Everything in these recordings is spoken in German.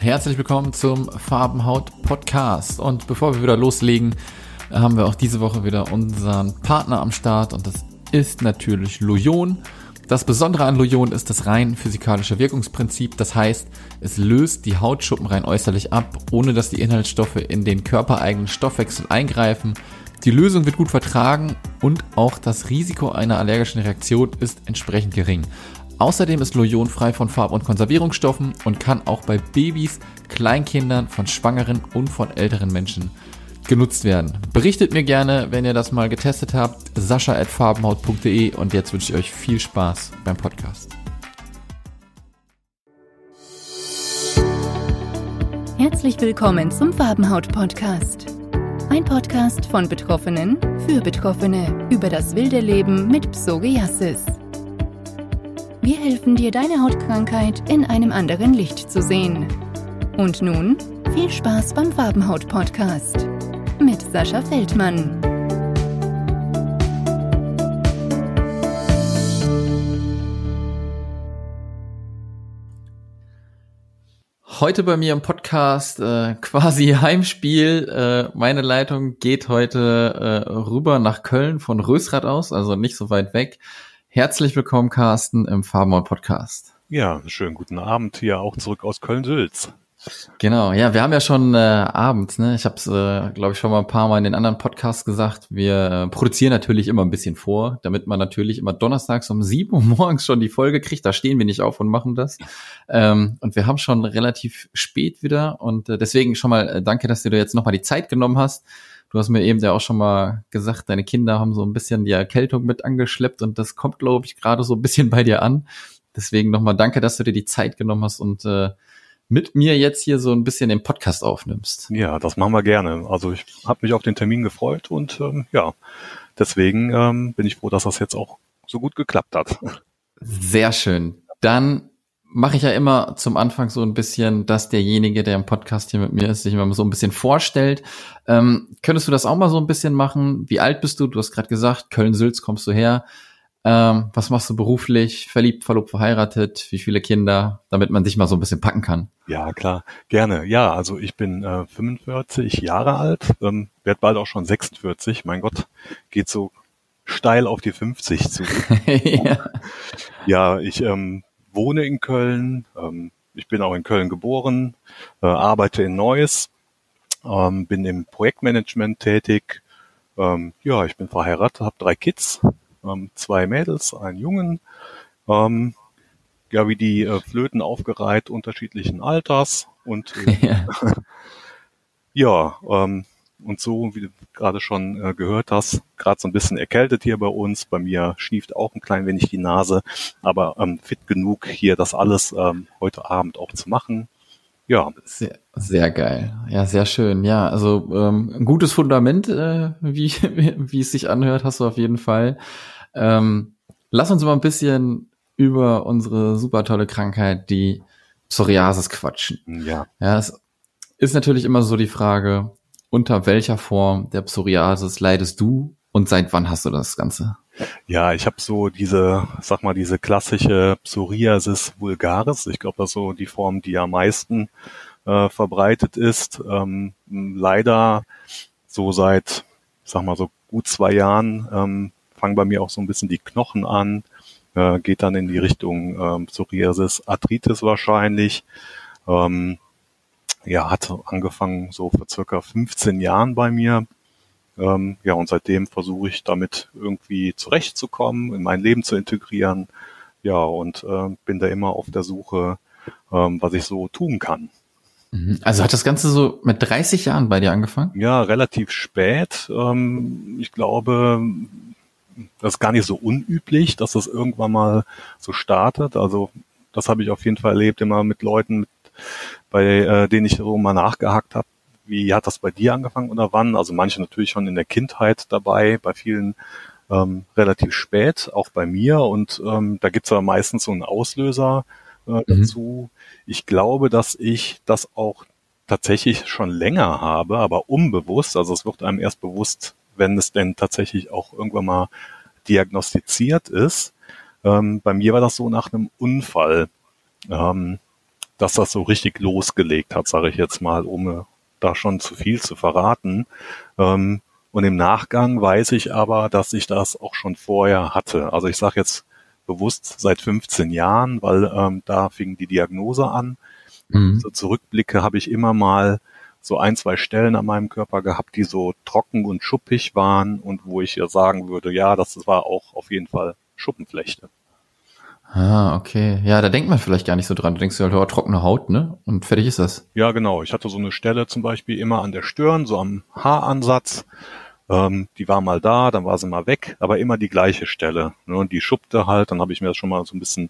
Herzlich willkommen zum Farbenhaut Podcast. Und bevor wir wieder loslegen, haben wir auch diese Woche wieder unseren Partner am Start und das ist natürlich Lojon. Das Besondere an Lojon ist das rein physikalische Wirkungsprinzip. Das heißt, es löst die Hautschuppen rein äußerlich ab, ohne dass die Inhaltsstoffe in den körpereigenen Stoffwechsel eingreifen. Die Lösung wird gut vertragen und auch das Risiko einer allergischen Reaktion ist entsprechend gering. Außerdem ist Lojon frei von Farb- und Konservierungsstoffen und kann auch bei Babys, Kleinkindern, von Schwangeren und von älteren Menschen genutzt werden. Berichtet mir gerne, wenn ihr das mal getestet habt. sascha@farbenhaut.de und jetzt wünsche ich euch viel Spaß beim Podcast. Herzlich willkommen zum Farbenhaut-Podcast. Ein Podcast von Betroffenen für Betroffene über das wilde Leben mit Psoriasis. Wir helfen dir, deine Hautkrankheit in einem anderen Licht zu sehen. Und nun viel Spaß beim Farbenhaut-Podcast mit Sascha Feldmann. Heute bei mir im Podcast quasi Heimspiel. Meine Leitung geht heute rüber nach Köln von Rösrath aus, also nicht so weit weg. Herzlich willkommen, Carsten, im Farbenhaut-Podcast. Ja, schönen guten Abend hier auch zurück aus Köln-Sülz. Genau, ja, wir haben ja schon Abend, ne? Ich habe es, glaube ich, schon mal ein paar Mal in den anderen Podcasts gesagt. Wir produzieren natürlich immer ein bisschen vor, damit man natürlich immer donnerstags um 7 Uhr morgens schon die Folge kriegt. Da stehen wir nicht auf und machen das. Und wir haben schon relativ spät wieder und deswegen schon mal danke, dass du dir jetzt nochmal die Zeit genommen hast. Du hast mir eben ja auch schon mal gesagt, deine Kinder haben so ein bisschen die Erkältung mit angeschleppt und das kommt, glaube ich, gerade so ein bisschen bei dir an. Deswegen nochmal danke, dass du dir die Zeit genommen hast und mit mir jetzt hier so ein bisschen den Podcast aufnimmst. Ja, das machen wir gerne. Also ich habe mich auf den Termin gefreut und deswegen bin ich froh, dass das jetzt auch so gut geklappt hat. Sehr schön. Dann mache ich ja immer zum Anfang so ein bisschen, dass derjenige, der im Podcast hier mit mir ist, sich immer so ein bisschen vorstellt. Könntest du das auch mal so ein bisschen machen? Wie alt bist du? Du hast gerade gesagt, Köln-Sülz kommst du her. Was machst du beruflich? Verliebt, verlobt, verheiratet? Wie viele Kinder? Damit man dich mal so ein bisschen packen kann. Ja, klar, gerne. Ja, also ich bin 45 Jahre alt, werde bald auch schon 46. Mein Gott, geht so steil auf die 50 zu. Ja. Ja, ich wohne in Köln. Ich bin auch in Köln geboren, arbeite in Neuss, bin im Projektmanagement tätig. Ich bin verheiratet, habe 3 Kids, 2 Mädels, einen Jungen. Wie die Flöten aufgereiht, unterschiedlichen Alters. Und und so, wie du gerade schon gehört hast, gerade so ein bisschen erkältet hier bei uns. Bei mir schnieft auch ein klein wenig die Nase, aber fit genug, hier das alles heute Abend auch zu machen. Ja. Sehr, sehr geil. Ja, sehr schön. Ja, also ein gutes Fundament, wie es sich anhört, hast du auf jeden Fall. Lass uns mal ein bisschen über unsere super tolle Krankheit, die Psoriasis, quatschen. Ja. Ja, es ist natürlich immer so die Frage, unter welcher Form der Psoriasis leidest du und seit wann hast du das Ganze? Ja, ich habe so diese klassische Psoriasis vulgaris. Ich glaube, das ist so die Form, die am meisten verbreitet ist. Leider so seit, so gut 2 Jahren fangen bei mir auch so ein bisschen die Knochen an. Geht dann in die Richtung Psoriasis, Arthritis wahrscheinlich. Hat angefangen so vor circa 15 Jahren bei mir. Und seitdem versuche ich damit irgendwie zurechtzukommen, in mein Leben zu integrieren. Ja, und bin da immer auf der Suche, was ich so tun kann. Also hat das Ganze so mit 30 Jahren bei dir angefangen? Ja, relativ spät. Ich glaube, das ist gar nicht so unüblich, dass das irgendwann mal so startet. Also das habe ich auf jeden Fall erlebt, immer mit Leuten, bei denen ich so mal nachgehakt habe, wie hat das bei dir angefangen oder wann? Also manche natürlich schon in der Kindheit dabei, bei vielen relativ spät, auch bei mir. Und da gibt's ja meistens so einen Auslöser dazu. Ich glaube, dass ich das auch tatsächlich schon länger habe, aber unbewusst. Also es wird einem erst bewusst, wenn es denn tatsächlich auch irgendwann mal diagnostiziert ist. Bei mir war das so nach einem Unfall. dass das so richtig losgelegt hat, sage ich jetzt mal, ohne da schon zu viel zu verraten. Und im Nachgang weiß ich aber, dass ich das auch schon vorher hatte. Also ich sage jetzt bewusst seit 15 Jahren, weil da fing die Diagnose an. So zurückblicke, habe ich immer mal so 1, 2 Stellen an meinem Körper gehabt, die so trocken und schuppig waren und wo ich ja sagen würde, ja, das war auch auf jeden Fall Schuppenflechte. Ah, okay. Ja, da denkt man vielleicht gar nicht so dran. Du denkst halt, oh, trockene Haut, ne? Und fertig ist das. Ja, genau. Ich hatte so eine Stelle zum Beispiel immer an der Stirn, so am Haaransatz. Die war mal da, dann war sie mal weg, aber immer die gleiche Stelle. Ne? Und die schuppte halt, dann habe ich mir das schon mal so ein bisschen,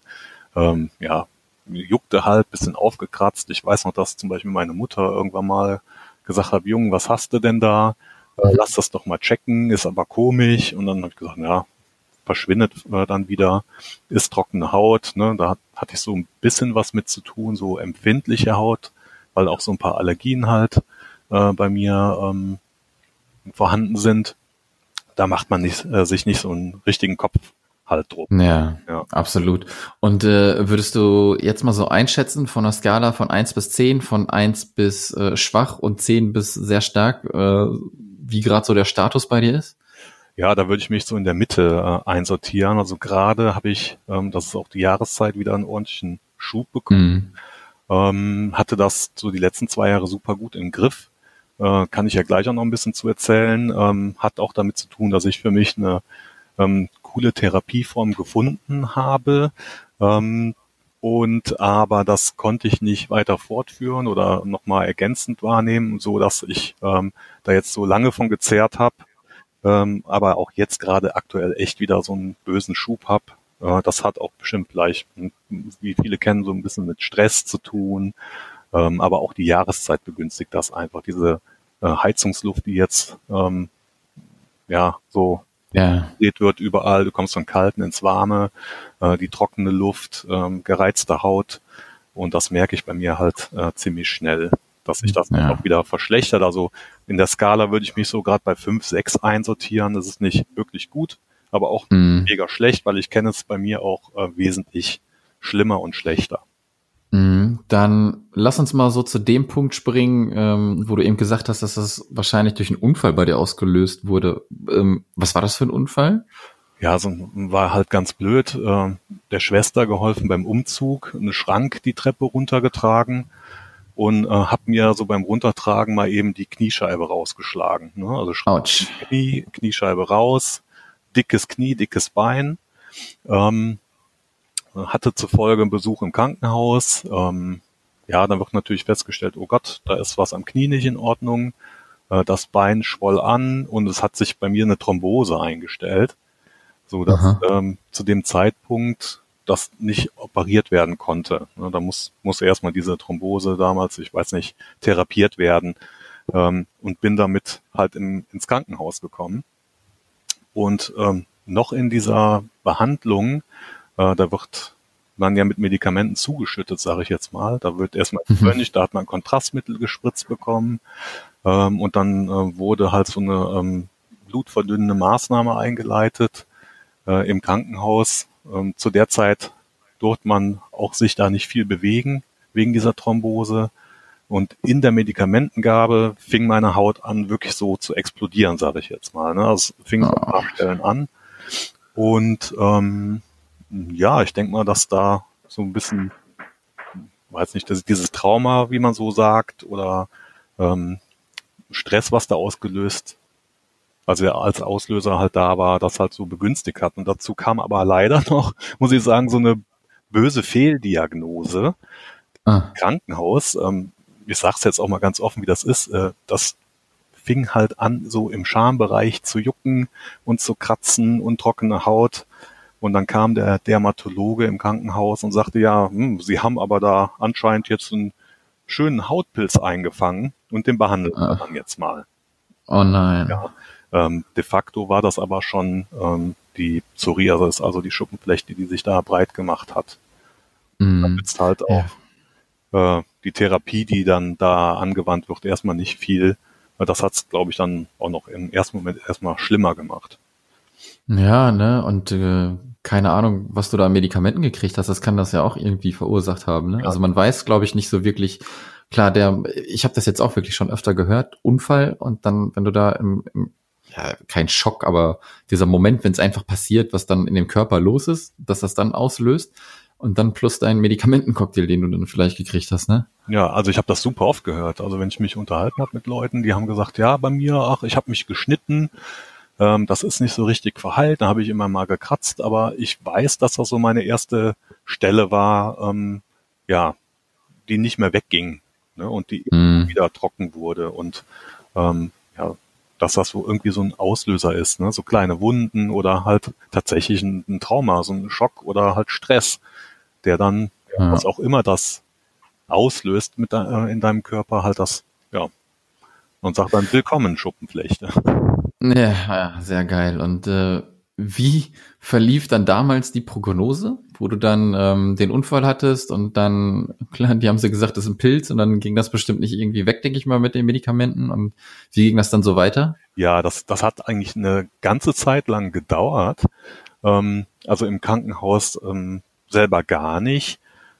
juckte halt, bisschen aufgekratzt. Ich weiß noch, dass zum Beispiel meine Mutter irgendwann mal gesagt hat, Junge, was hast du denn da? Lass das doch mal checken, ist aber komisch. Und dann habe ich gesagt, ja, verschwindet dann wieder, ist trockene Haut. Ne? Da hatte ich so ein bisschen was mit zu tun, so empfindliche Haut, weil auch so ein paar Allergien halt bei mir vorhanden sind. Da macht man sich nicht so einen richtigen Kopf halt drum. Ja, absolut. Und würdest du jetzt mal so einschätzen von einer Skala von 1 bis 10, von 1 bis schwach und 10 bis sehr stark, wie gerade so der Status bei dir ist? Ja, da würde ich mich so in der Mitte einsortieren. Also gerade habe ich, das ist auch die Jahreszeit, wieder einen ordentlichen Schub bekommen. Hatte das so die letzten 2 Jahre super gut im Griff. Kann ich ja gleich auch noch ein bisschen zu erzählen. Hat auch damit zu tun, dass ich für mich eine coole Therapieform gefunden habe. Und aber das konnte ich nicht weiter fortführen oder nochmal ergänzend wahrnehmen, so dass ich da jetzt so lange von gezehrt habe. Aber auch jetzt gerade aktuell echt wieder so einen bösen Schub habe. Das hat auch bestimmt vielleicht, wie viele kennen, so ein bisschen mit Stress zu tun. Aber auch die Jahreszeit begünstigt das einfach. Diese Heizungsluft, die jetzt so gedreht wird überall. Du kommst von Kalten ins Warme, die trockene Luft, gereizte Haut. Und das merke ich bei mir halt ziemlich schnell, dass sich das auch wieder verschlechtert. Also in der Skala würde ich mich so gerade bei 5, 6 einsortieren. Das ist nicht wirklich gut, aber auch mega schlecht, weil ich kenne es bei mir auch wesentlich schlimmer und schlechter. Dann lass uns mal so zu dem Punkt springen, wo du eben gesagt hast, dass das wahrscheinlich durch einen Unfall bei dir ausgelöst wurde. Was war das für ein Unfall? Ja, so war halt ganz blöd. Der Schwester geholfen beim Umzug, einen Schrank die Treppe runtergetragen. Und hab mir so beim Runtertragen mal eben die Kniescheibe rausgeschlagen. Ne? Also Kniescheibe raus, dickes Knie, dickes Bein. Hatte zur Folge einen Besuch im Krankenhaus. Dann wird natürlich festgestellt, oh Gott, da ist was am Knie nicht in Ordnung. Das Bein schwoll an und es hat sich bei mir eine Thrombose eingestellt, so dass zu dem Zeitpunkt das nicht operiert werden konnte. Da muss erstmal diese Thrombose damals, ich weiß nicht, therapiert werden, und bin damit halt ins Krankenhaus gekommen. Und noch in dieser Behandlung, da wird man ja mit Medikamenten zugeschüttet, sage ich jetzt mal. Da wird erstmal da hat man Kontrastmittel gespritzt bekommen, und dann wurde halt so eine blutverdünnende Maßnahme eingeleitet im Krankenhaus. Zu der Zeit durfte man auch sich da nicht viel bewegen, wegen dieser Thrombose. Und in der Medikamentengabe fing meine Haut an, wirklich so zu explodieren, sage ich jetzt mal. Ne? Also es fing so an ein paar Stellen an. Und ich denke mal, dass da so ein bisschen, weiß nicht, dieses Trauma, wie man so sagt, oder Stress, was da ausgelöst, also als Auslöser halt da war, das halt so begünstigt hat. Und dazu kam aber leider noch, muss ich sagen, so eine böse Fehldiagnose im Krankenhaus. Ich sag's jetzt auch mal ganz offen, wie das ist. Das fing halt an, so im Schambereich zu jucken und zu kratzen und trockene Haut. Und dann kam der Dermatologe im Krankenhaus und sagte, ja, Sie haben aber da anscheinend jetzt einen schönen Hautpilz eingefangen und den behandeln wir dann jetzt mal. Oh nein. Ja. De facto war das aber schon die Psoriasis, also die Schuppenflechte, die sich da breit gemacht hat. Dann nützt halt auch die Therapie, die dann da angewandt wird, erstmal nicht viel. Das hat's, glaube ich, dann auch noch im ersten Moment erstmal schlimmer gemacht. Ja, ne, und keine Ahnung, was du da an Medikamenten gekriegt hast, das kann das ja auch irgendwie verursacht haben. Ne? Ja. Also man weiß, glaube ich, nicht so wirklich, klar, ich habe das jetzt auch wirklich schon öfter gehört, Unfall und dann, wenn du da ja, kein Schock, aber dieser Moment, wenn es einfach passiert, was dann in dem Körper los ist, dass das dann auslöst und dann plus dein Medikamentencocktail, den du dann vielleicht gekriegt hast, ne? Ja, also ich habe das super oft gehört. Also wenn ich mich unterhalten habe mit Leuten, die haben gesagt, ja, bei mir, ich habe mich geschnitten, das ist nicht so richtig verheilt, da habe ich immer mal gekratzt, aber ich weiß, dass das so meine erste Stelle war, ja, die nicht mehr wegging, ne, und die wieder trocken wurde und ja, dass das so irgendwie so ein Auslöser ist, ne, so kleine Wunden oder halt tatsächlich ein Trauma, so ein Schock oder halt Stress, der dann, was auch immer das auslöst in deinem Körper, halt das, ja, und sagt dann willkommen Schuppenflechte. Ja, sehr geil. Und wie verlief dann damals die Prognose, wo du dann den Unfall hattest und dann, klar, die haben sie gesagt, das ist ein Pilz und dann ging das bestimmt nicht irgendwie weg, denke ich mal, mit den Medikamenten. Und wie ging das dann so weiter? Ja, das hat eigentlich eine ganze Zeit lang gedauert. Also im Krankenhaus selber gar nicht.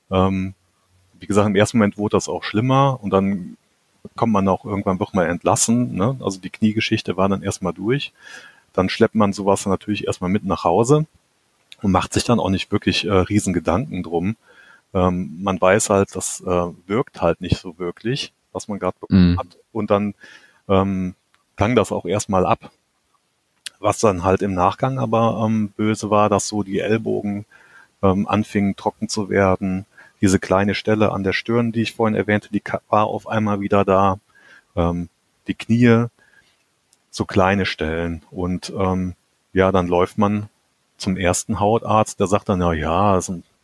Wie gesagt, im ersten Moment wurde das auch schlimmer und dann kommt man auch irgendwann, wird man entlassen. Ne? Also die Kniegeschichte war dann erstmal durch. Dann schleppt man sowas natürlich erstmal mit nach Hause und macht sich dann auch nicht wirklich riesen Gedanken drum. Man weiß halt, das wirkt halt nicht so wirklich, was man gerade bekommen hat. Und dann klang das auch erstmal ab. Was dann halt im Nachgang aber böse war, dass so die Ellbogen anfingen trocken zu werden. Diese kleine Stelle an der Stirn, die ich vorhin erwähnte, die war auf einmal wieder da. Die Knie, so kleine Stellen. Und ja, dann läuft man zum ersten Hautarzt, der sagt dann, ja, das ist ein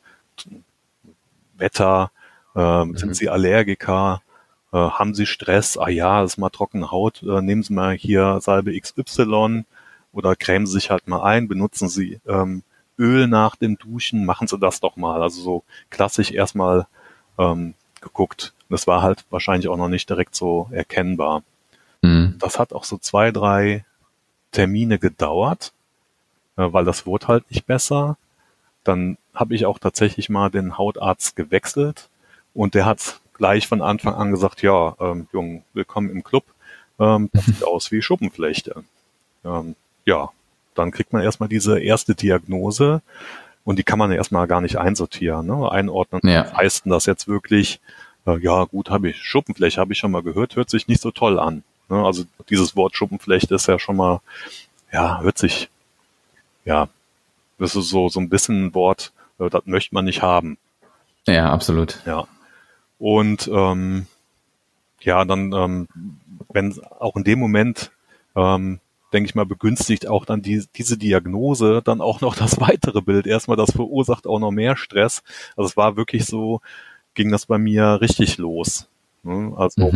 Wetter, sind Sie Allergiker, haben Sie Stress? Ah ja, das ist mal trockene Haut, nehmen Sie mal hier Salbe XY oder cremen Sie sich halt mal ein, benutzen Sie Öl nach dem Duschen, machen Sie das doch mal. Also so klassisch erstmal geguckt. Das war halt wahrscheinlich auch noch nicht direkt so erkennbar. Das hat auch so 2, 3 Termine gedauert, weil das wurde halt nicht besser. Dann habe ich auch tatsächlich mal den Hautarzt gewechselt und der hat gleich von Anfang an gesagt, ja, Jung, willkommen im Club, das sieht aus wie Schuppenflechte. Ja, dann kriegt man erstmal diese erste Diagnose und die kann man ja erstmal gar nicht einsortieren, ne? Einordnen. Ja. Heißt denn das jetzt wirklich, ja gut, Schuppenflechte, habe ich schon mal gehört, hört sich nicht so toll an. Ne? Also dieses Wort Schuppenflechte ist ja schon mal, ja, hört sich, ja, das ist so ein bisschen ein Wort, das möchte man nicht haben. Ja, absolut. Ja. Und ja, dann, wenn auch in dem Moment, denke ich mal, begünstigt auch dann diese Diagnose dann auch noch das weitere Bild. Erstmal, das verursacht auch noch mehr Stress. Also es war wirklich so, ging das bei mir richtig los. Ne? Also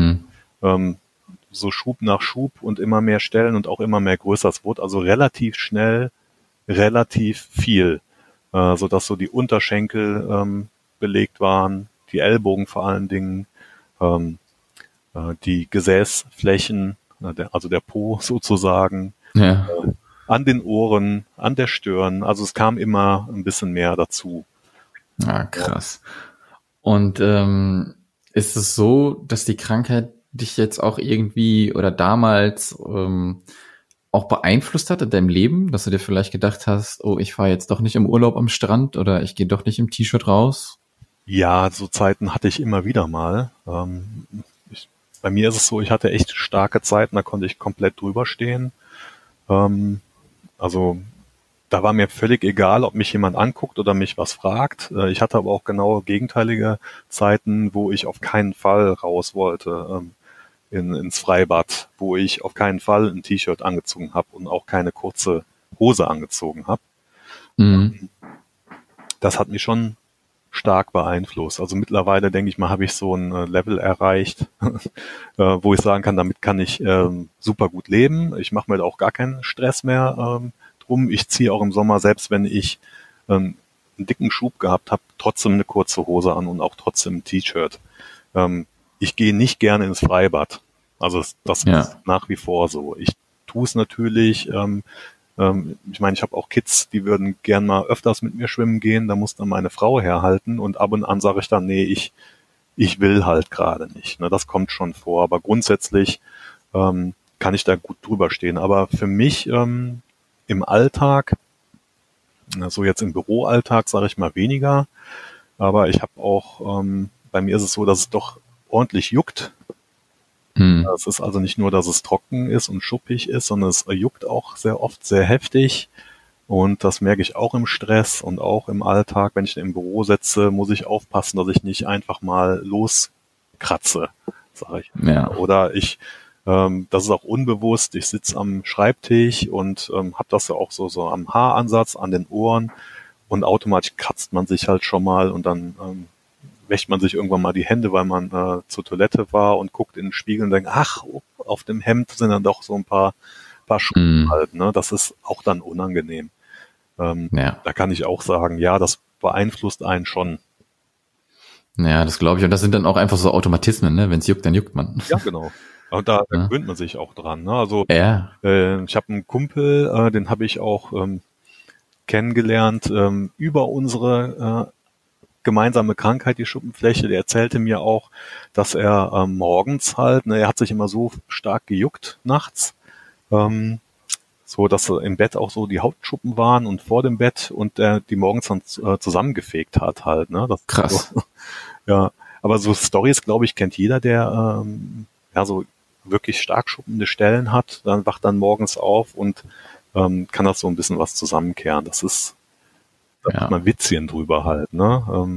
so Schub nach Schub und immer mehr Stellen und auch immer mehr größer. Es wurde also relativ schnell relativ viel, sodass so die Unterschenkel belegt waren, die Ellbogen vor allen Dingen, die Gesäßflächen, also der Po sozusagen, Ja. an den Ohren, an der Stirn. Also es kam immer ein bisschen mehr dazu. Ah, krass. Und ist es so, dass die Krankheit dich jetzt auch irgendwie oder damals auch beeinflusst hat in deinem Leben, dass du dir vielleicht gedacht hast, oh, ich fahre jetzt doch nicht im Urlaub am Strand oder ich gehe doch nicht im T-Shirt raus? Ja, so Zeiten hatte ich immer wieder mal. Bei mir ist es so, ich hatte echt starke Zeiten, da konnte ich komplett drüber stehen. Also da war mir völlig egal, ob mich jemand anguckt oder mich was fragt. Ich hatte aber auch genau gegenteilige Zeiten, wo ich auf keinen Fall raus wollte ins Freibad, wo ich auf keinen Fall ein T-Shirt angezogen habe und auch keine kurze Hose angezogen habe. Das hat mich schon stark beeinflusst. Also mittlerweile, denke ich mal, habe ich so ein Level erreicht, wo ich sagen kann, damit kann ich super gut leben. Ich mache mir da auch gar keinen Stress mehr drum. Ich ziehe auch im Sommer, selbst wenn ich einen dicken Schub gehabt habe, trotzdem eine kurze Hose an und auch trotzdem ein T-Shirt. Ich gehe nicht gerne ins Freibad. Also das ist nach wie vor so. Ich tue es natürlich, Ich meine, ich habe auch Kids, die würden gern mal öfters mit mir schwimmen gehen, da muss dann meine Frau herhalten und ab und an sage ich dann, nee, ich will halt gerade nicht. Ne, das kommt schon vor, aber grundsätzlich kann ich da gut drüber stehen. Aber für mich im Alltag, so jetzt im Büroalltag, sage ich mal weniger, aber ich habe auch, bei mir ist es so, dass es doch ordentlich juckt. Es ist also nicht nur, dass es trocken ist und schuppig ist, sondern es juckt auch sehr oft sehr heftig. Und das merke ich auch im Stress und auch im Alltag. Wenn ich im Büro sitze, muss ich aufpassen, dass ich nicht einfach mal loskratze, sage ich. Ja. Oder das ist auch unbewusst, ich sitze am Schreibtisch und habe das ja auch so am Haaransatz, an den Ohren und automatisch kratzt man sich halt schon mal und dann wäscht man sich irgendwann mal die Hände, weil man zur Toilette war und guckt in den Spiegel und denkt, ach, auf dem Hemd sind dann doch so ein paar Schuppen halt, ne? Das ist auch dann unangenehm. Da kann ich auch sagen, ja, das beeinflusst einen schon. Ja, das glaube ich. Und das sind dann auch einfach so Automatismen, ne? Wenn es juckt, dann juckt man. Ja, genau. Und da gewöhnt man sich auch dran, ne? Also ich habe einen Kumpel, den habe ich auch kennengelernt über unsere gemeinsame Krankheit, die Schuppenflechte. Der erzählte mir auch, dass er morgens halt, ne, er hat sich immer so stark gejuckt nachts, so dass im Bett auch so die Hautschuppen waren und vor dem Bett und er die morgens dann zusammengefegt hat halt, ne? Das krass. So, ja, aber so Storys, glaube ich, kennt jeder, der so wirklich stark schuppende Stellen hat, dann wacht dann morgens auf und kann das so ein bisschen was zusammenkehren. Da ist mal Witzchen drüber halt, ne?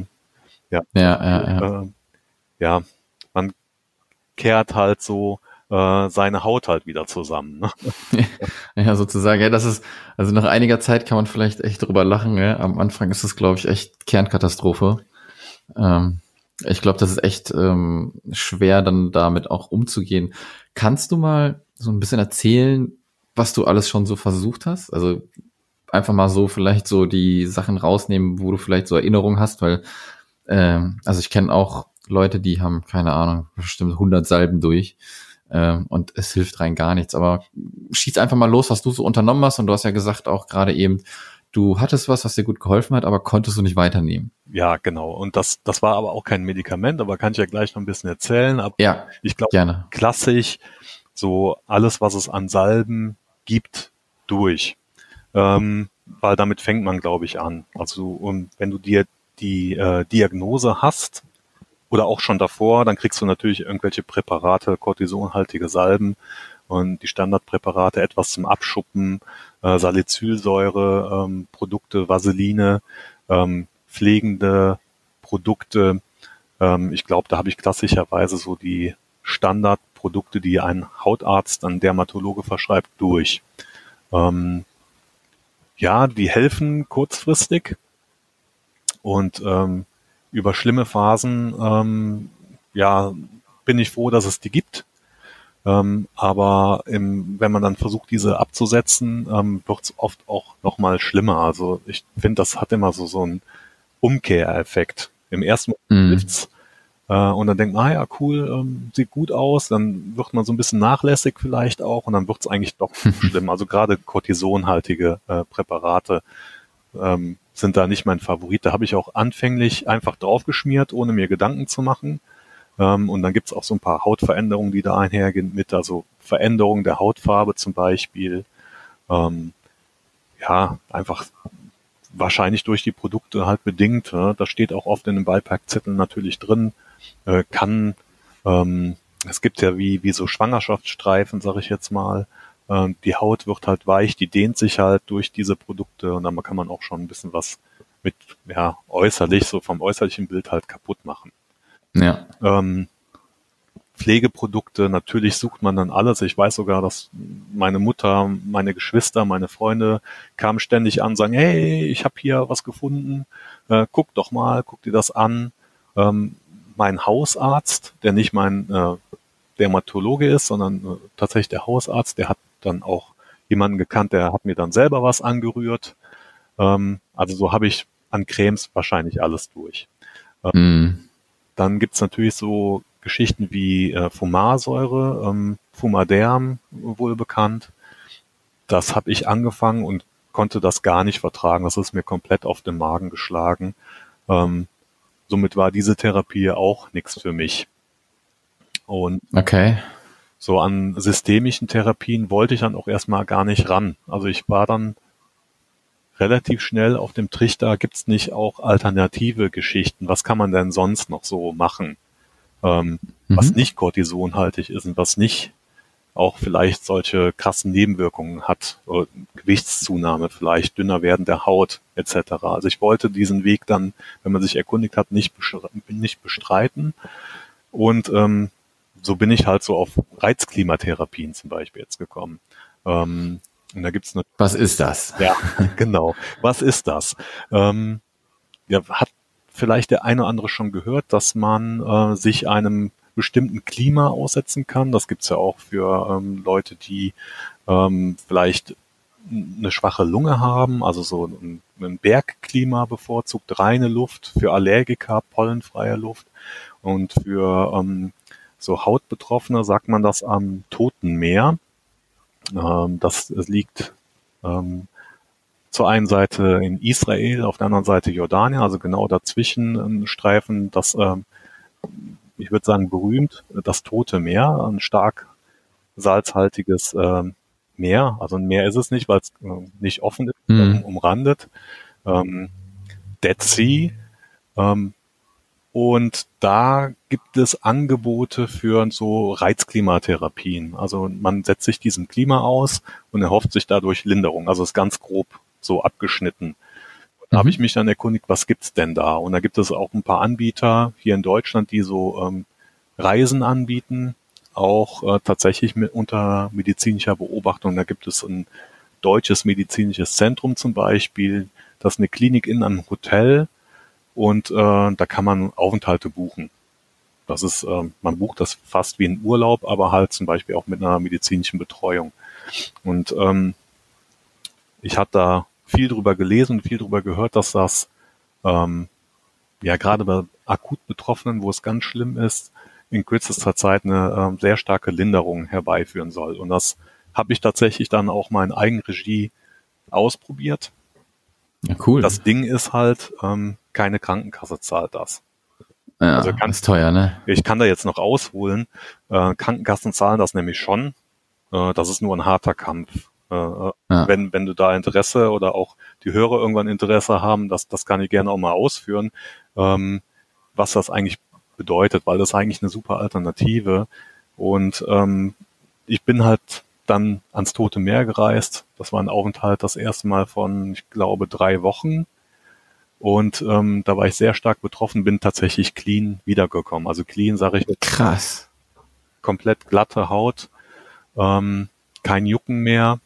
Man kehrt halt so seine Haut halt wieder zusammen, ne? Ja, sozusagen. Ja, das ist, also nach einiger Zeit kann man vielleicht echt drüber lachen, ne? Am Anfang ist es, glaube ich, echt Kernkatastrophe. Ich glaube, das ist echt schwer, dann damit auch umzugehen. Kannst du mal so ein bisschen erzählen, was du alles schon so versucht hast? Also einfach mal so vielleicht so die Sachen rausnehmen, wo du vielleicht so Erinnerungen hast, weil also ich kenne auch Leute, die haben, keine Ahnung, bestimmt 100 Salben durch und es hilft rein gar nichts. Aber schieß einfach mal los, was du so unternommen hast. Und du hast ja gesagt auch gerade eben, du hattest was dir gut geholfen hat, aber konntest du nicht weiternehmen. Ja, genau. Und das war aber auch kein Medikament, aber kann ich ja gleich noch ein bisschen erzählen. Aber ja, ich glaube, gerne. Klassisch, so alles, was es an Salben gibt, durch. Weil damit fängt man, glaube ich, an. Also und wenn du dir die Diagnose hast oder auch schon davor, dann kriegst du natürlich irgendwelche Präparate, cortisonhaltige Salben und die Standardpräparate, etwas zum Abschuppen, Salicylsäure, Produkte, Vaseline, pflegende Produkte. Ich glaube, da habe ich klassischerweise so die Standardprodukte, die ein Hautarzt, ein Dermatologe verschreibt, durch. Ja, die helfen kurzfristig und über schlimme Phasen bin ich froh, dass es die gibt. Aber wenn man dann versucht, diese abzusetzen, wird es oft auch noch mal schlimmer. Also ich finde, das hat immer so einen Umkehreffekt. Im ersten Moment hilft's, und dann denkt man, ja, cool, sieht gut aus, dann wird man so ein bisschen nachlässig vielleicht auch und dann wird es eigentlich doch schlimm. Also gerade cortisonhaltige Präparate sind da nicht mein Favorit. Da habe ich auch anfänglich einfach draufgeschmiert, ohne mir Gedanken zu machen. Und dann gibt's auch so ein paar Hautveränderungen, die da einhergehen mit, also Veränderung der Hautfarbe zum Beispiel. Einfach wahrscheinlich durch die Produkte halt bedingt. Ne? Das steht auch oft in den Beipackzetteln natürlich drin. Es gibt ja wie so Schwangerschaftsstreifen, sage ich jetzt mal. Die Haut wird halt weich, die dehnt sich halt durch diese Produkte und dann kann man auch schon ein bisschen was mit, äußerlich, so vom äußerlichen Bild halt kaputt machen. Ja. Pflegeprodukte, natürlich sucht man dann alles. Ich weiß sogar, dass meine Mutter, meine Geschwister, meine Freunde kamen ständig an, sagen, hey, ich habe hier was gefunden, guck doch mal, guck dir das an. Mein Hausarzt, der nicht mein Dermatologe ist, sondern tatsächlich der Hausarzt, der hat dann auch jemanden gekannt, der hat mir dann selber was angerührt. Also so habe ich an Cremes wahrscheinlich alles durch. Dann gibt's natürlich so Geschichten wie Fumarsäure, Fumaderm wohl bekannt. das habe ich angefangen und konnte das gar nicht vertragen. Das ist mir komplett auf den Magen geschlagen. Somit war diese Therapie auch nichts für mich. Und Okay. so an systemischen Therapien wollte ich dann auch erstmal gar nicht ran. Also ich war dann relativ schnell auf dem Trichter, gibt's nicht auch alternative Geschichten? Was kann man denn sonst noch so machen, was nicht kortisonhaltig ist und was nicht auch vielleicht solche krassen Nebenwirkungen hat, oder Gewichtszunahme vielleicht, dünner werden der Haut etc. Also ich wollte diesen Weg dann, wenn man sich erkundigt hat, nicht bestreiten. Und so bin ich halt so auf Reizklimatherapien zum Beispiel jetzt gekommen. Und da gibt's eine. Was ist das? Ja, genau. Was ist das? Ja, hat vielleicht der eine oder andere schon gehört, dass man sich einem bestimmten Klima aussetzen kann. Das gibt's ja auch für Leute, die vielleicht eine schwache Lunge haben, also so ein Bergklima bevorzugt, reine Luft, für Allergiker pollenfreie Luft und für so Hautbetroffene sagt man das am Toten Meer. Das liegt zur einen Seite in Israel, auf der anderen Seite Jordanien, also genau dazwischen ein Streifen, das, ich würde sagen, berühmt, das Tote Meer, ein stark salzhaltiges Meer. Also ein Meer ist es nicht, weil es nicht offen ist, umrandet. Dead Sea. Und da gibt es Angebote für so Reizklimatherapien. Also man setzt sich diesem Klima aus und erhofft sich dadurch Linderung. Also ist ganz grob so abgeschnitten. Da habe ich mich dann erkundigt, was gibt's denn da? Und da gibt es auch ein paar Anbieter hier in Deutschland, die so Reisen anbieten, auch tatsächlich unter medizinischer Beobachtung. Da gibt es ein deutsches medizinisches Zentrum zum Beispiel, das ist eine Klinik in einem Hotel. Und da kann man Aufenthalte buchen. Das ist, man bucht das fast wie ein Urlaub, aber halt zum Beispiel auch mit einer medizinischen Betreuung. Und ich hatte da viel drüber gelesen und viel drüber gehört, dass das ja gerade bei akut Betroffenen, wo es ganz schlimm ist, in kürzester Zeit eine sehr starke Linderung herbeiführen soll. Und das habe ich tatsächlich dann auch mal in Eigenregie ausprobiert. Ja, cool. Das Ding ist halt, keine Krankenkasse zahlt das. Ja, also ist teuer, ne? Ich kann da jetzt noch ausholen. Krankenkassen zahlen das nämlich schon. Das ist nur ein harter Kampf. Wenn du da Interesse oder auch die Hörer irgendwann Interesse haben, das kann ich gerne auch mal ausführen, was das eigentlich bedeutet, weil das ist eigentlich eine super Alternative. Und ich bin halt dann ans Tote Meer gereist. Das war ein Aufenthalt das erste Mal von, ich glaube, 3 Wochen. Und da war ich sehr stark betroffen, bin tatsächlich clean wiedergekommen. Also clean, sage ich. Krass. Komplett glatte Haut, kein Jucken mehr.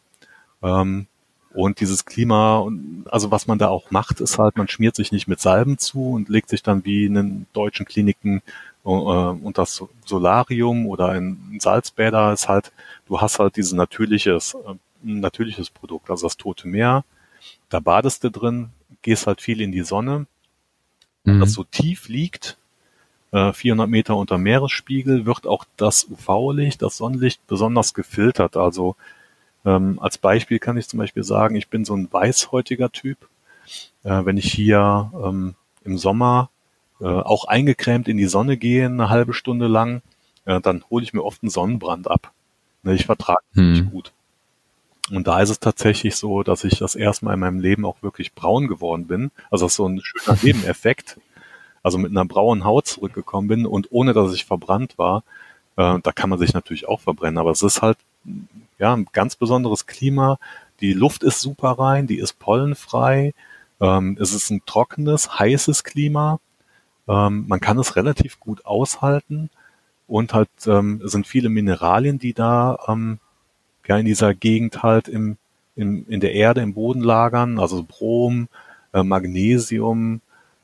Und dieses Klima, also was man da auch macht, ist halt, man schmiert sich nicht mit Salben zu und legt sich dann wie in den deutschen Kliniken unter das Solarium oder in Salzbäder, ist halt, du hast halt dieses natürliches Produkt, also das Tote Meer, da badest du drin, gehst halt viel in die Sonne, das so tief liegt, 400 Meter unter Meeresspiegel, wird auch das UV-Licht, das Sonnenlicht besonders gefiltert. Also als Beispiel kann ich zum Beispiel sagen, ich bin so ein weißhäutiger Typ. Wenn ich hier im Sommer auch eingecremt in die Sonne gehe, eine halbe Stunde lang, dann hole ich mir oft einen Sonnenbrand ab. Ne, ich vertrage nicht gut. Und da ist es tatsächlich so, dass ich das erste Mal in meinem Leben auch wirklich braun geworden bin. Also das ist so ein schöner Nebeneffekt. Also mit einer braunen Haut zurückgekommen bin und ohne, dass ich verbrannt war. Da kann man sich natürlich auch verbrennen, aber es ist halt ja ein ganz besonderes Klima. Die Luft ist super rein, die ist pollenfrei. Es ist ein trockenes, heißes Klima. Man kann es relativ gut aushalten und halt es sind viele Mineralien, die da ja in dieser Gegend halt in der Erde, im Boden lagern, also Brom, Magnesium,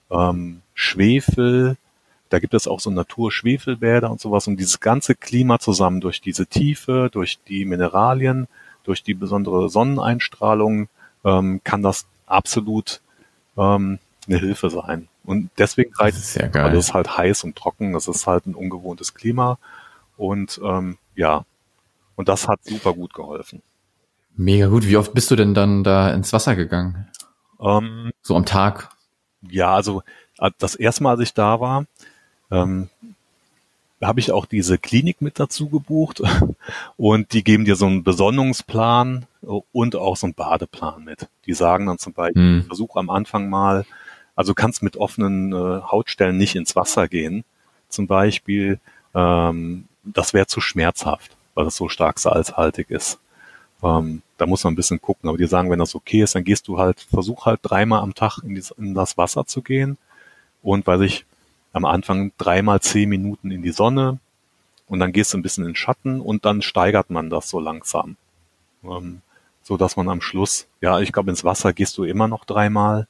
Schwefel, da gibt es auch so Naturschwefelbäder und sowas und dieses ganze Klima zusammen durch diese Tiefe, durch die Mineralien, durch die besondere Sonneneinstrahlung kann das absolut eine Hilfe sein. Und deswegen reicht es, weil es ist halt heiß und trocken, das ist halt ein ungewohntes Klima und ja, und das hat super gut geholfen. Mega gut. Wie oft bist du denn dann da ins Wasser gegangen? So am Tag? Ja, also das erste Mal, als ich da war, ähm, habe ich auch diese Klinik mit dazu gebucht und die geben dir so einen Besonnungsplan und auch so einen Badeplan mit. Die sagen dann zum Beispiel, versuch am Anfang mal, also kannst mit offenen Hautstellen nicht ins Wasser gehen. Zum Beispiel, das wäre zu schmerzhaft, weil das so stark salzhaltig ist. Da muss man ein bisschen gucken, aber die sagen, wenn das okay ist, dann gehst du halt, versuch halt 3-mal am Tag in das Wasser zu gehen und weil ich am Anfang 3-mal 10 Minuten in die Sonne und dann gehst du ein bisschen in den Schatten und dann steigert man das so langsam. So dass man am Schluss, ja, ich glaube, ins Wasser gehst du immer noch 3-mal.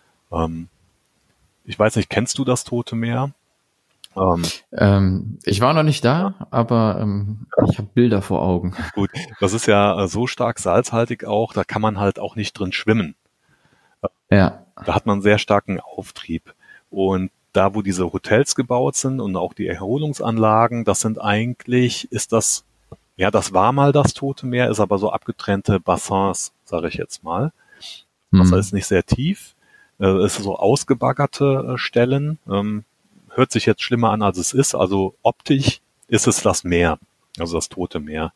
Ich weiß nicht, kennst du das Tote Meer? Ich war noch nicht da, aber ich habe Bilder vor Augen. Gut, das ist ja so stark salzhaltig auch, da kann man halt auch nicht drin schwimmen. Ja. Da hat man einen sehr starken Auftrieb. Und da, wo diese Hotels gebaut sind und auch die Erholungsanlagen, das sind eigentlich, ist das, ja, das war mal das Tote Meer, ist aber so abgetrennte Bassins, sage ich jetzt mal. Wasser ist nicht sehr tief, es ist so ausgebaggerte Stellen, hört sich jetzt schlimmer an, als es ist. Also optisch ist es das Meer, also das Tote Meer.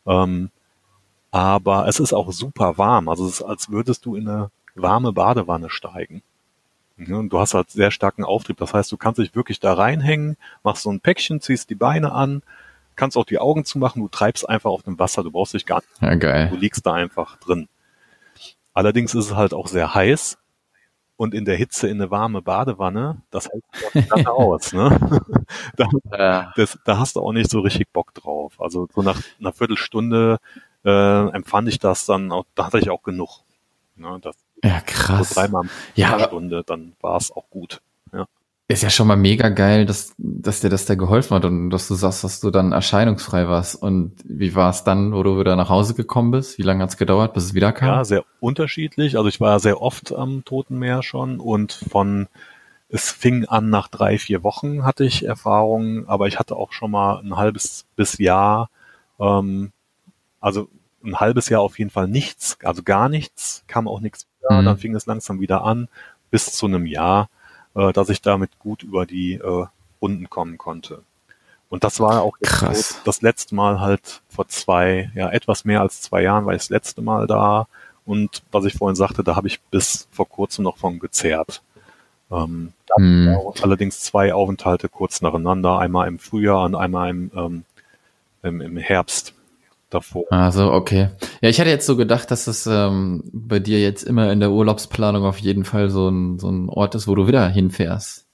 Aber es ist auch super warm. Also es ist, als würdest du in eine warme Badewanne steigen. Ja, und du hast halt sehr starken Auftrieb. Das heißt, du kannst dich wirklich da reinhängen, machst so ein Päckchen, ziehst die Beine an, kannst auch die Augen zumachen, du treibst einfach auf dem Wasser, du brauchst dich gar nicht. Ja, geil. Du liegst da einfach drin. Allerdings ist es halt auch sehr heiß und in der Hitze in eine warme Badewanne, das hält sich dann aus, ne? Da hast du auch nicht so richtig Bock drauf. Also so nach einer Viertelstunde empfand ich das dann, auch, da hatte ich auch genug. Ne? Ja, krass. So 3-mal ja, eine Stunde, dann war es auch gut. Ja. Ist ja schon mal mega geil, dass dir das da geholfen hat und dass du sagst, dass du dann erscheinungsfrei warst. Und wie war es dann, wo du wieder nach Hause gekommen bist? Wie lange hat es gedauert, bis es wieder kam? Ja, sehr unterschiedlich. Also ich war sehr oft am Toten Meer schon und es fing an nach 3-4 Wochen hatte ich Erfahrungen, aber ich hatte auch schon mal ein halbes bis Jahr, also ein halbes Jahr auf jeden Fall nichts, also gar nichts, kam auch nichts wieder, dann fing es langsam wieder an, bis zu einem Jahr, dass ich damit gut über die Runden kommen konnte. Und das war auch Krass. das letzte Mal halt vor etwas mehr als 2 Jahren war ich das letzte Mal da. Und was ich vorhin sagte, da habe ich bis vor kurzem noch von gezehrt. Da allerdings 2 Aufenthalte kurz nacheinander, einmal im Frühjahr und einmal im Herbst davor. Also, okay. Ja, ich hatte jetzt so gedacht, dass es bei dir jetzt immer in der Urlaubsplanung auf jeden Fall so ein Ort ist, wo du wieder hinfährst.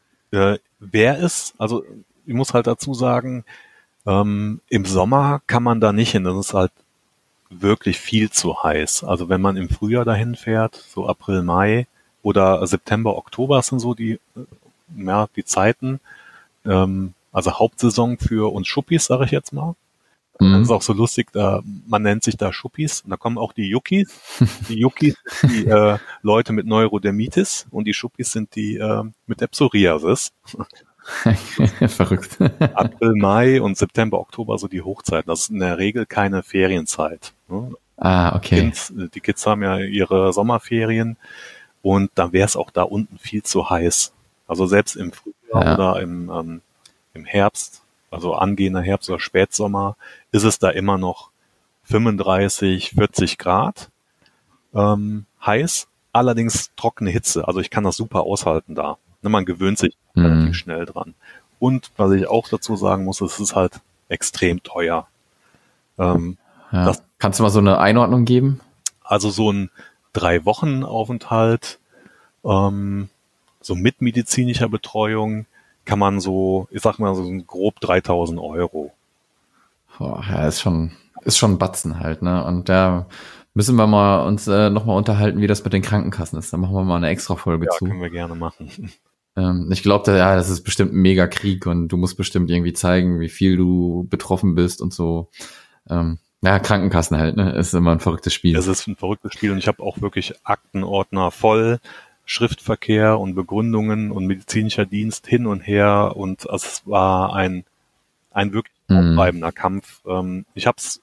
Also ich muss halt dazu sagen, im Sommer kann man da nicht hin. Das ist halt wirklich viel zu heiß. Also wenn man im Frühjahr dahin fährt, so April, Mai oder September, Oktober sind so die Zeiten. Also Hauptsaison für uns Schuppis, sage ich jetzt mal. Das ist auch so lustig, man nennt sich da Schuppis und da kommen auch die Yuckis. Die Yuckis sind die Leute mit Neurodermitis und die Schuppis sind die mit der Psoriasis. Verrückt. April, Mai und September, Oktober so die Hochzeiten. Das ist in der Regel keine Ferienzeit. Ne? Okay. Die Kids haben ja ihre Sommerferien und dann wäre es auch da unten viel zu heiß. Also selbst im Frühjahr oder im Herbst, also angehender Herbst oder Spätsommer, ist es da immer noch 35, 40 Grad heiß, allerdings trockene Hitze. Also ich kann das super aushalten da. Man gewöhnt sich relativ schnell dran. Und was ich auch dazu sagen muss, es ist halt extrem teuer. Kannst du mal so eine Einordnung geben? Also so ein 3-Wochen-Aufenthalt, so mit medizinischer Betreuung, kann man so, ich sag mal so grob 3.000 Euro. Boah, ja, ist schon ein Batzen halt, ne? Und da müssen wir mal uns nochmal unterhalten, wie das mit den Krankenkassen ist. Da machen wir mal eine extra Folge zu. Ja, können wir gerne machen. Ich glaube, das ist bestimmt ein mega Krieg und du musst bestimmt irgendwie zeigen, wie viel du betroffen bist und so. Krankenkassen halt, ne? Ist immer ein verrücktes Spiel. Es ist ein verrücktes Spiel und ich habe auch wirklich Aktenordner voll, Schriftverkehr und Begründungen und medizinischer Dienst hin und her und es war ein wirklich aufreibender Kampf. Ich habe es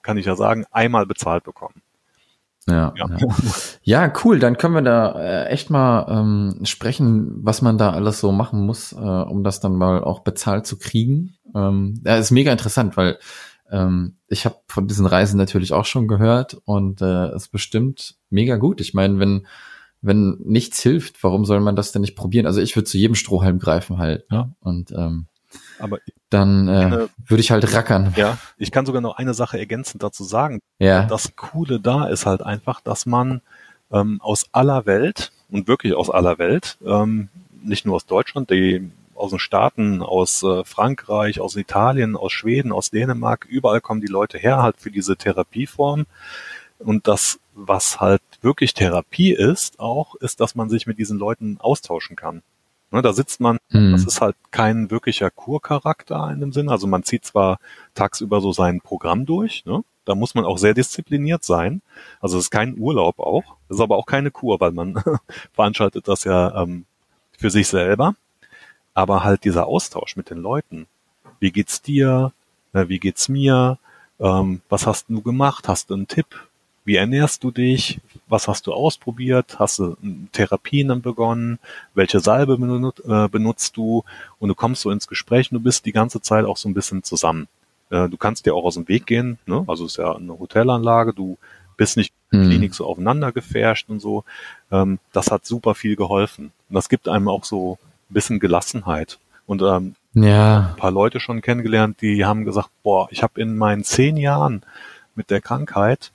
kann ich ja sagen, einmal bezahlt bekommen. Ja. Ja, cool. Dann können wir da echt mal sprechen, was man da alles so machen muss, um das dann mal auch bezahlt zu kriegen. Ja, ist mega interessant, weil ich habe von diesen Reisen natürlich auch schon gehört und ist bestimmt mega gut. Ich meine, wenn nichts hilft, warum soll man das denn nicht probieren? Also ich würde zu jedem Strohhalm greifen halt. Ja. Ne? Und Aber dann würde ich halt rackern. ja, ich kann sogar noch eine Sache ergänzend dazu sagen. Ja. Das Coole da ist halt einfach, dass man aus aller Welt und wirklich aus aller Welt, nicht nur aus Deutschland, aus den Staaten, aus Frankreich, aus Italien, aus Schweden, aus Dänemark, überall kommen die Leute her halt für diese Therapieform. Und das, was halt wirklich Therapie ist, auch, ist, dass man sich mit diesen Leuten austauschen kann. Ne, da sitzt man, das ist halt kein wirklicher Kurcharakter in dem Sinne. Also man zieht zwar tagsüber so sein Programm durch, ne? Da muss man auch sehr diszipliniert sein. Also es ist kein Urlaub auch, das ist aber auch keine Kur, weil man veranstaltet das ja für sich selber. Aber halt dieser Austausch mit den Leuten. Wie geht's dir? Wie geht's mir? Was hast du gemacht? Hast du einen Tipp? Wie ernährst du dich? Was hast du ausprobiert? Hast du Therapien dann begonnen? Welche Salbe benutzt du? Und du kommst so ins Gespräch und du bist die ganze Zeit auch so ein bisschen zusammen. Du kannst dir auch aus dem Weg gehen, ne? Also es ist ja eine Hotelanlage, du bist nicht in der Klinik so aufeinander gefärscht und so. Das hat super viel geholfen. Und das gibt einem auch so ein bisschen Gelassenheit. Und ein paar Leute schon kennengelernt, die haben gesagt, boah, ich habe in meinen 10 Jahren mit der Krankheit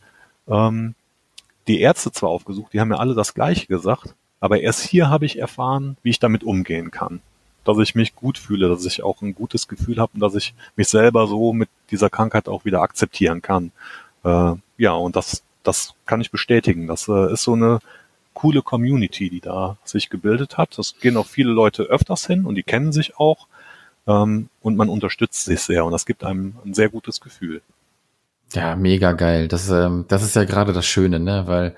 die Ärzte zwar aufgesucht, die haben mir alle das Gleiche gesagt, aber erst hier habe ich erfahren, wie ich damit umgehen kann. Dass ich mich gut fühle, dass ich auch ein gutes Gefühl habe und dass ich mich selber so mit dieser Krankheit auch wieder akzeptieren kann. Ja, und das kann ich bestätigen. Das ist so eine coole Community, die da sich gebildet hat. Das gehen auch viele Leute öfters hin und die kennen sich auch. Und man unterstützt sich sehr und das gibt einem ein sehr gutes Gefühl. Ja, mega geil. Das ist ja gerade das Schöne, ne? Weil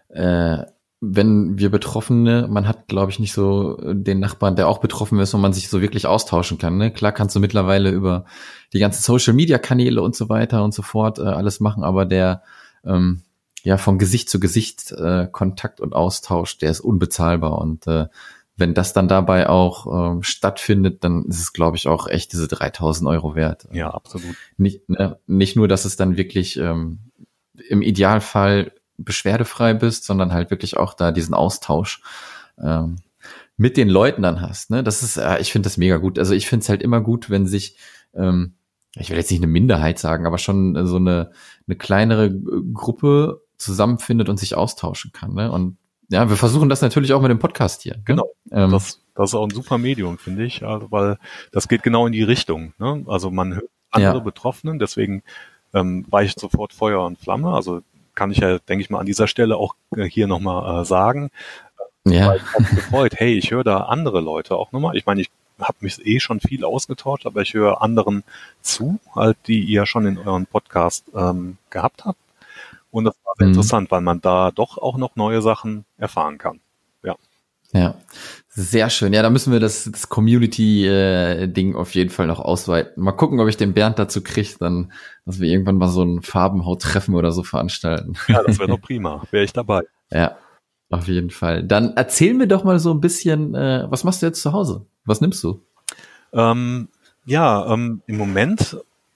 wenn wir Betroffene, man hat, glaube ich, nicht so den Nachbarn, der auch betroffen ist, wo man sich so wirklich austauschen kann. Ne? Klar kannst du mittlerweile über die ganzen Social-Media-Kanäle und so weiter und so fort alles machen, aber der von Gesicht zu Gesicht Kontakt und Austausch, der ist unbezahlbar. Und wenn das dann dabei auch stattfindet, dann ist es, glaube ich, auch echt diese 3.000 Euro wert. Ja, absolut. Nicht nur, dass es dann wirklich im Idealfall beschwerdefrei bist, sondern halt wirklich auch da diesen Austausch mit den Leuten dann hast. Ne? Das ist, ich finde das mega gut. Also ich finde es halt immer gut, wenn sich, ich will jetzt nicht eine Minderheit sagen, aber schon so eine kleinere Gruppe zusammenfindet und sich austauschen kann. Ne? Und ja, wir versuchen das natürlich auch mit dem Podcast hier. Genau. Das ist auch ein super Medium, finde ich, also, weil das geht genau in die Richtung. Ne? Also man hört andere Betroffenen, deswegen war ich sofort Feuer und Flamme. Also kann ich ja, denke ich mal, an dieser Stelle auch hier nochmal sagen. Weil ich habe mich gefreut, hey, ich höre da andere Leute auch nochmal. Ich meine, ich habe mich schon viel ausgetauscht, aber ich höre anderen zu, halt, die ihr schon in euren Podcast gehabt habt. Und das war sehr interessant, weil man da doch auch noch neue Sachen erfahren kann. Ja, sehr schön. Ja, da müssen wir das Community-Ding auf jeden Fall noch ausweiten. Mal gucken, ob ich den Bernd dazu kriege, dann, dass wir irgendwann mal so ein Farbenhaut-Treffen oder so veranstalten. Ja, das wäre doch prima. Wäre ich dabei. Ja, auf jeden Fall. Dann erzähl mir doch mal so ein bisschen, was machst du jetzt zu Hause? Was nimmst du? Im Moment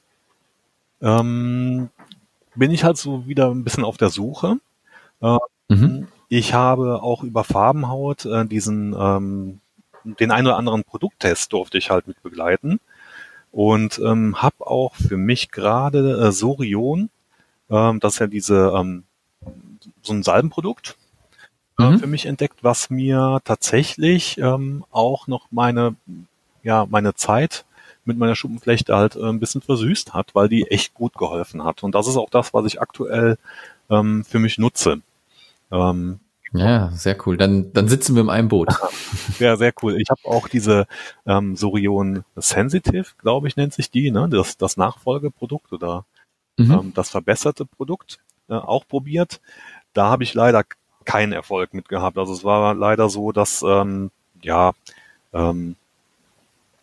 bin ich halt so wieder ein bisschen auf der Suche. Ich habe auch über Farbenhaut den einen oder anderen Produkttest durfte ich halt mit begleiten und habe auch für mich gerade Sorion, das ist ja so ein Salbenprodukt, für mich entdeckt, was mir tatsächlich auch noch meine Zeit mit meiner Schuppenflechte halt ein bisschen versüßt hat, weil die echt gut geholfen hat. Und das ist auch das, was ich aktuell für mich nutze. Ja, sehr cool. Dann sitzen wir in einem Boot. Ja, sehr cool. Ich habe auch diese Sorion Sensitive, glaube ich, nennt sich die, ne? Das Nachfolgeprodukt oder das verbesserte Produkt auch probiert. Da habe ich leider keinen Erfolg mit gehabt. Also es war leider so, dass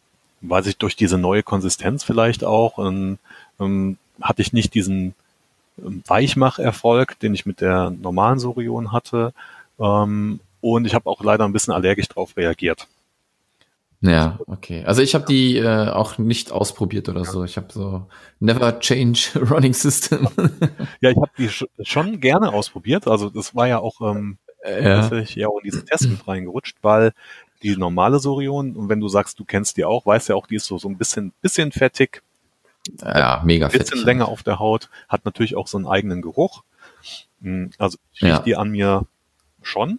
weiß ich, durch diese neue Konsistenz vielleicht auch hatte ich nicht diesen Weichmacherfolg, den ich mit der normalen Sorion hatte. Und ich habe auch leider ein bisschen allergisch drauf reagiert. Ja, okay. Also ich habe die auch nicht ausprobiert oder so. Ich habe so never change running system. Ja, ich habe die schon gerne ausprobiert. Also das war ja auch tatsächlich ja auch in diesen Test mit reingerutscht, weil die normale Sorion, und wenn du sagst, du kennst die auch, weißt ja auch, die ist so ein bisschen fettig, Ja, mega ein bisschen fettig. länger auf der Haut, hat natürlich auch so einen eigenen Geruch. Also ich rieche die an mir schon.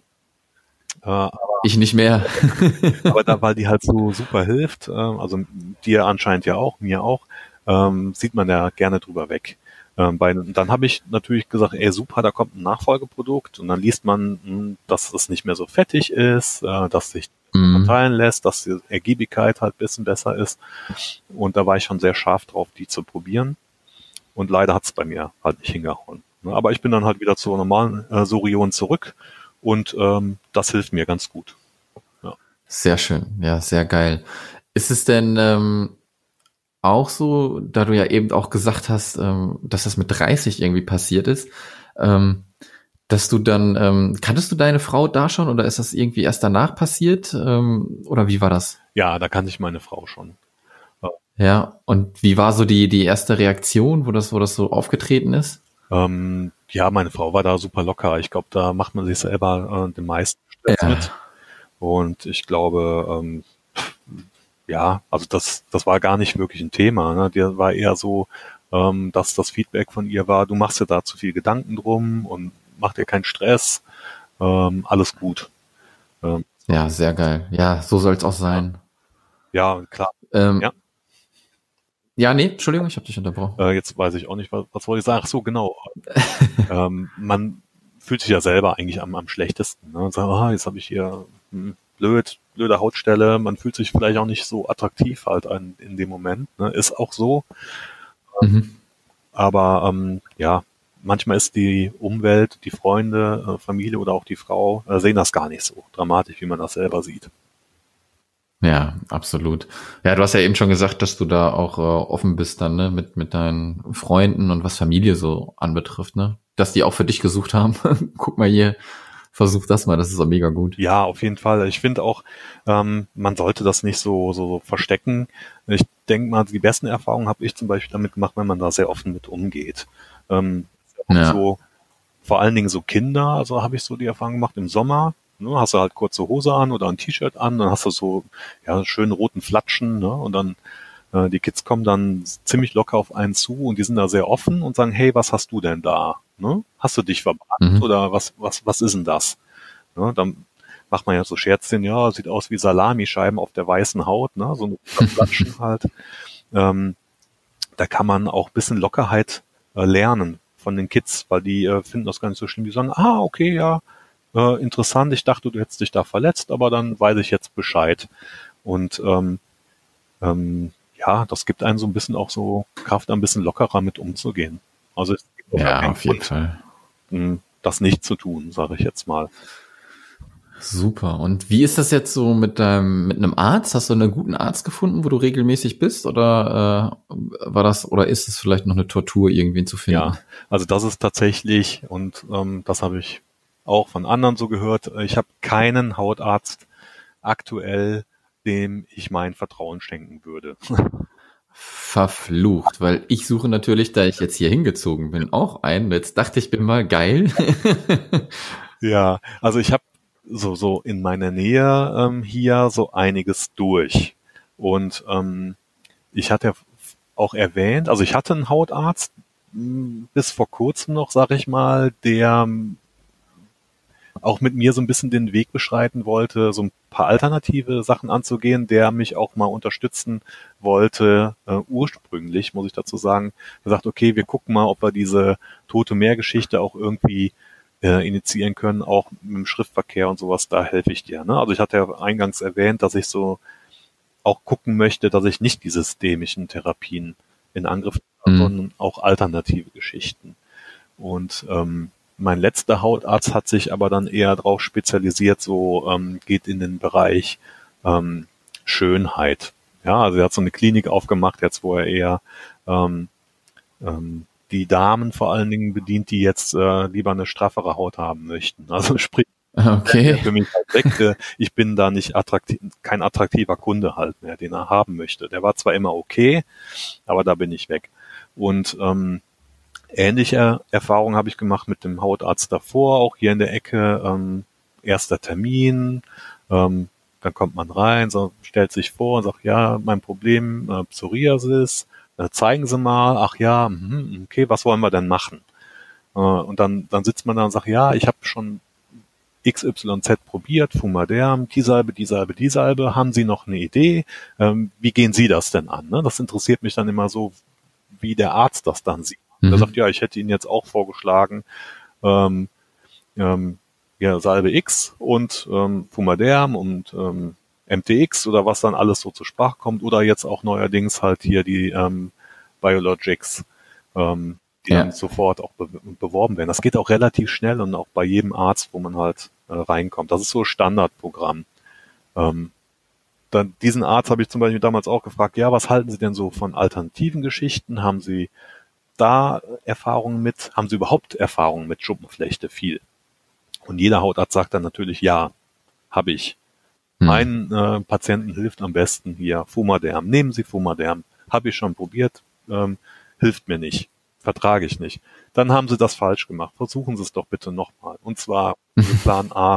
Ich nicht mehr. Aber weil die halt so super hilft, also dir anscheinend ja auch, mir auch, sieht man ja gerne drüber weg. Dann habe ich natürlich gesagt, ey super, da kommt ein Nachfolgeprodukt, und dann liest man, dass es nicht mehr so fettig ist, dass sich verteilen lässt, dass die Ergiebigkeit halt ein bisschen besser ist, und da war ich schon sehr scharf drauf, die zu probieren, und leider hat es bei mir halt nicht hingehauen. Aber ich bin dann halt wieder zur normalen Sorion zurück, und das hilft mir ganz gut. Ja. Sehr schön, ja, sehr geil. Ist es denn auch so, da du ja eben auch gesagt hast, dass das mit 30 irgendwie passiert ist, dass du dann, kanntest du deine Frau da schon, oder ist das irgendwie erst danach passiert, oder wie war das? Ja, da kannte ich meine Frau schon. Ja, und wie war so die erste Reaktion, wo das so aufgetreten ist? Ja, meine Frau war da super locker. Ich glaube, da macht man sich selber den meisten Stress mit. Und ich glaube, ja, also das war gar nicht wirklich ein Thema. Ne? Der war eher so, dass das Feedback von ihr war, du machst dir da zu viel Gedanken drum und mach dir keinen Stress. Alles gut. Ja, sehr geil. Ja, so soll es auch sein. Ja, klar. Ja. Ja, nee, Entschuldigung, ich habe dich unterbrochen. Jetzt weiß ich auch nicht, was wollte ich sagen. Ach so, genau. Man fühlt sich ja selber eigentlich am schlechtesten. Ne? Und sagt, jetzt habe ich hier blöde Hautstelle. Man fühlt sich vielleicht auch nicht so attraktiv halt in dem Moment. Ne? Ist auch so. Aber ja, manchmal ist die Umwelt, die Freunde, Familie oder auch die Frau sehen das gar nicht so dramatisch, wie man das selber sieht. Ja, absolut. Ja, du hast ja eben schon gesagt, dass du da auch offen bist dann, ne, mit deinen Freunden und was Familie so anbetrifft, ne? Dass die auch für dich gesucht haben. Guck mal hier, versuch das mal, das ist auch mega gut. Ja, auf jeden Fall. Ich finde auch, man sollte das nicht so verstecken. Ich denke mal, die besten Erfahrungen habe ich zum Beispiel damit gemacht, wenn man da sehr offen mit umgeht. So, vor allen Dingen so Kinder, also habe ich so die Erfahrung gemacht im Sommer. Ne, hast du halt kurze Hose an oder ein T-Shirt an, dann hast du so ja schönen roten Flatschen, ne, und dann die Kids kommen dann ziemlich locker auf einen zu, und die sind da sehr offen und sagen, hey, was hast du denn da? Ne? Hast du dich verbrannt oder was ist denn das? Ne, dann macht man ja so Scherzchen, ja, sieht aus wie Salamischeiben auf der weißen Haut, ne, so ein Flatschen halt. Da kann man auch ein bisschen Lockerheit lernen von den Kids, weil die finden das gar nicht so schlimm. Die sagen, okay, ja, interessant, ich dachte, du hättest dich da verletzt, aber dann weiß ich jetzt Bescheid. Und ja, das gibt einen so ein bisschen auch so Kraft, ein bisschen lockerer mit umzugehen. Also es gibt ja, auf jeden Fall. Das nicht zu tun, sage ich jetzt mal. Super. Und wie ist das jetzt so mit einem Arzt? Hast du einen guten Arzt gefunden, wo du regelmäßig bist, oder ist es vielleicht noch eine Tortur, irgendwen zu finden? Ja, also das ist tatsächlich, und das habe ich auch von anderen so gehört, ich habe keinen Hautarzt aktuell, dem ich mein Vertrauen schenken würde. Verflucht, weil ich suche natürlich, da ich jetzt hier hingezogen bin, auch einen. Jetzt dachte ich, bin mal geil. Ja, also ich habe so in meiner Nähe hier so einiges durch. Und ich hatte auch erwähnt, also ich hatte einen Hautarzt bis vor kurzem noch, sag ich mal, der auch mit mir so ein bisschen den Weg beschreiten wollte, so ein paar alternative Sachen anzugehen, der mich auch mal unterstützen wollte, ursprünglich, muss ich dazu sagen. Er sagt, okay, wir gucken mal, ob wir diese Tote Meer-Geschichte auch irgendwie initiieren können, auch mit dem Schriftverkehr und sowas, da helfe ich dir. Ne? Also ich hatte ja eingangs erwähnt, dass ich so auch gucken möchte, dass ich nicht diese systemischen Therapien in Angriff nehme, sondern auch alternative Geschichten. Und mein letzter Hautarzt hat sich aber dann eher darauf spezialisiert, so geht in den Bereich Schönheit. Ja, also er hat so eine Klinik aufgemacht, jetzt wo er eher die Damen vor allen Dingen bedient, die jetzt lieber eine straffere Haut haben möchten. Also sprich, Okay. für mich halt weg. Ich bin da nicht kein attraktiver Kunde halt mehr, den er haben möchte. Der war zwar immer okay, aber da bin ich weg. Und ähnliche Erfahrungen habe ich gemacht mit dem Hautarzt davor, auch hier in der Ecke. Erster Termin, dann kommt man rein, stellt sich vor und sagt, ja, mein Problem, Psoriasis, zeigen Sie mal, ach ja, okay, was wollen wir denn machen? Und dann sitzt man da und sagt, ja, ich habe schon XYZ probiert, Fumaderm, die Salbe, haben Sie noch eine Idee? Wie gehen Sie das denn an? Ne? Das interessiert mich dann immer so, wie der Arzt das dann sieht. Er sagt, ja, ich hätte Ihnen jetzt auch vorgeschlagen, ja, Salbe X und Fumaderm und MTX oder was dann alles so zur Sprache kommt oder jetzt auch neuerdings halt hier die Biologics, die dann sofort auch beworben werden. Das geht auch relativ schnell und auch bei jedem Arzt, wo man halt reinkommt. Das ist so ein Standardprogramm. Dann diesen Arzt habe ich zum Beispiel damals auch gefragt, ja, was halten Sie denn so von alternativen Geschichten? Haben Sie da Erfahrungen mit? Haben Sie überhaupt Erfahrungen mit Schuppenflechte? Viel. Und jeder Hautarzt sagt dann natürlich, ja, habe ich. Meinen Patienten hilft am besten hier Fumaderm. Nehmen Sie Fumaderm. Habe ich schon probiert, hilft mir nicht. Vertrage ich nicht. Dann haben Sie das falsch gemacht. Versuchen Sie es doch bitte nochmal. Und zwar Plan A,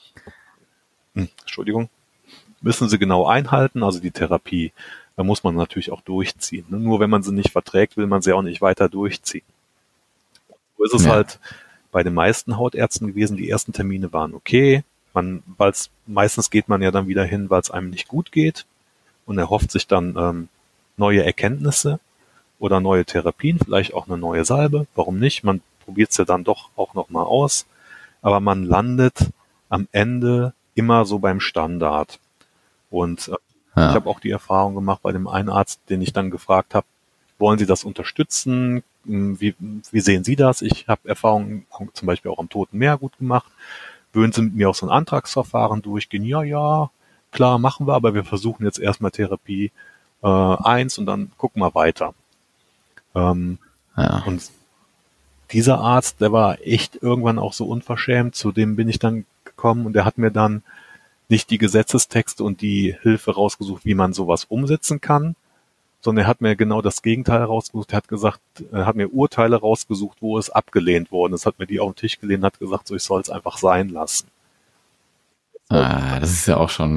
müssen Sie genau einhalten, also die Therapie. Da muss man natürlich auch durchziehen. Nur wenn man sie nicht verträgt, will man sie auch nicht weiter durchziehen. So ist es halt bei den meisten Hautärzten gewesen. Die ersten Termine waren okay. Meistens geht man ja dann wieder hin, weil es einem nicht gut geht und erhofft sich dann neue Erkenntnisse oder neue Therapien, vielleicht auch eine neue Salbe. Warum nicht? Man probiert es ja dann doch auch nochmal aus. Aber man landet am Ende immer so beim Standard. Und ich habe auch die Erfahrung gemacht bei dem einen Arzt, den ich dann gefragt habe, wollen Sie das unterstützen? Wie sehen Sie das? Ich habe Erfahrungen zum Beispiel auch am Toten Meer gut gemacht. Würden Sie mit mir auch so ein Antragsverfahren durchgehen? Ja, klar, machen wir, aber wir versuchen jetzt erstmal Therapie 1 und dann gucken wir weiter. Und dieser Arzt, der war echt irgendwann auch so unverschämt, zu dem bin ich dann gekommen und der hat mir dann nicht die Gesetzestexte und die Hilfe rausgesucht, wie man sowas umsetzen kann, sondern er hat mir genau das Gegenteil rausgesucht. Er hat gesagt, er hat mir Urteile rausgesucht, wo es abgelehnt worden ist, hat mir die auf den Tisch gelegt und hat gesagt, so, ich soll es einfach sein lassen. Das ist ja auch schon,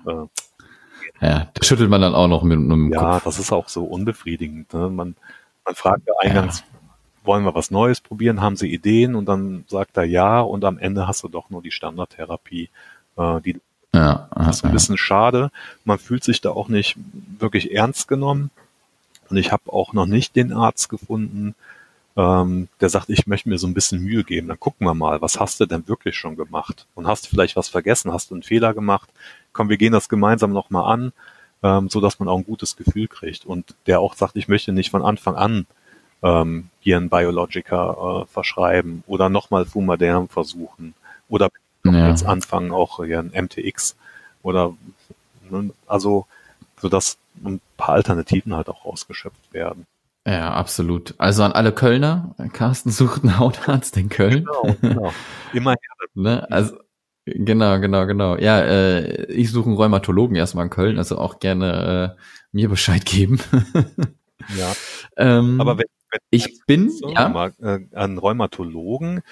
da schüttelt man dann auch noch mit einem Kopf. Ja, das ist auch so unbefriedigend. Ne? Man fragt ja eingangs, wollen wir was Neues probieren, haben Sie Ideen? Und dann sagt er ja und am Ende hast du doch nur die Standardtherapie, die das ist ein bisschen schade. Man fühlt sich da auch nicht wirklich ernst genommen. Und ich habe auch noch nicht den Arzt gefunden, der sagt, ich möchte mir so ein bisschen Mühe geben. Dann gucken wir mal, was hast du denn wirklich schon gemacht? Und hast du vielleicht was vergessen? Hast du einen Fehler gemacht? Komm, wir gehen das gemeinsam nochmal an, so dass man auch ein gutes Gefühl kriegt. Und der auch sagt, ich möchte nicht von Anfang an hier einen Biologica verschreiben oder nochmal Fumaderm versuchen oder jetzt anfangen auch hier ein MTX oder also so dass ein paar Alternativen halt auch ausgeschöpft werden. Ja, absolut. Also an alle Kölner, Carsten sucht einen Hautarzt in Köln. Genau. Immer ne? Also genau. Ja, ich suche einen Rheumatologen erstmal in Köln, also auch gerne mir Bescheid geben. Ja. Aber wenn ich bin so, an Rheumatologen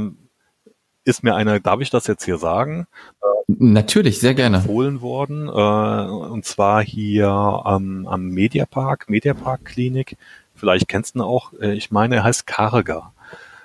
ist mir einer, darf ich das jetzt hier sagen? Natürlich, sehr gerne. Empfohlen worden, und zwar hier am Mediapark Klinik. Vielleicht kennst du ihn auch. Ich meine, er heißt Karger.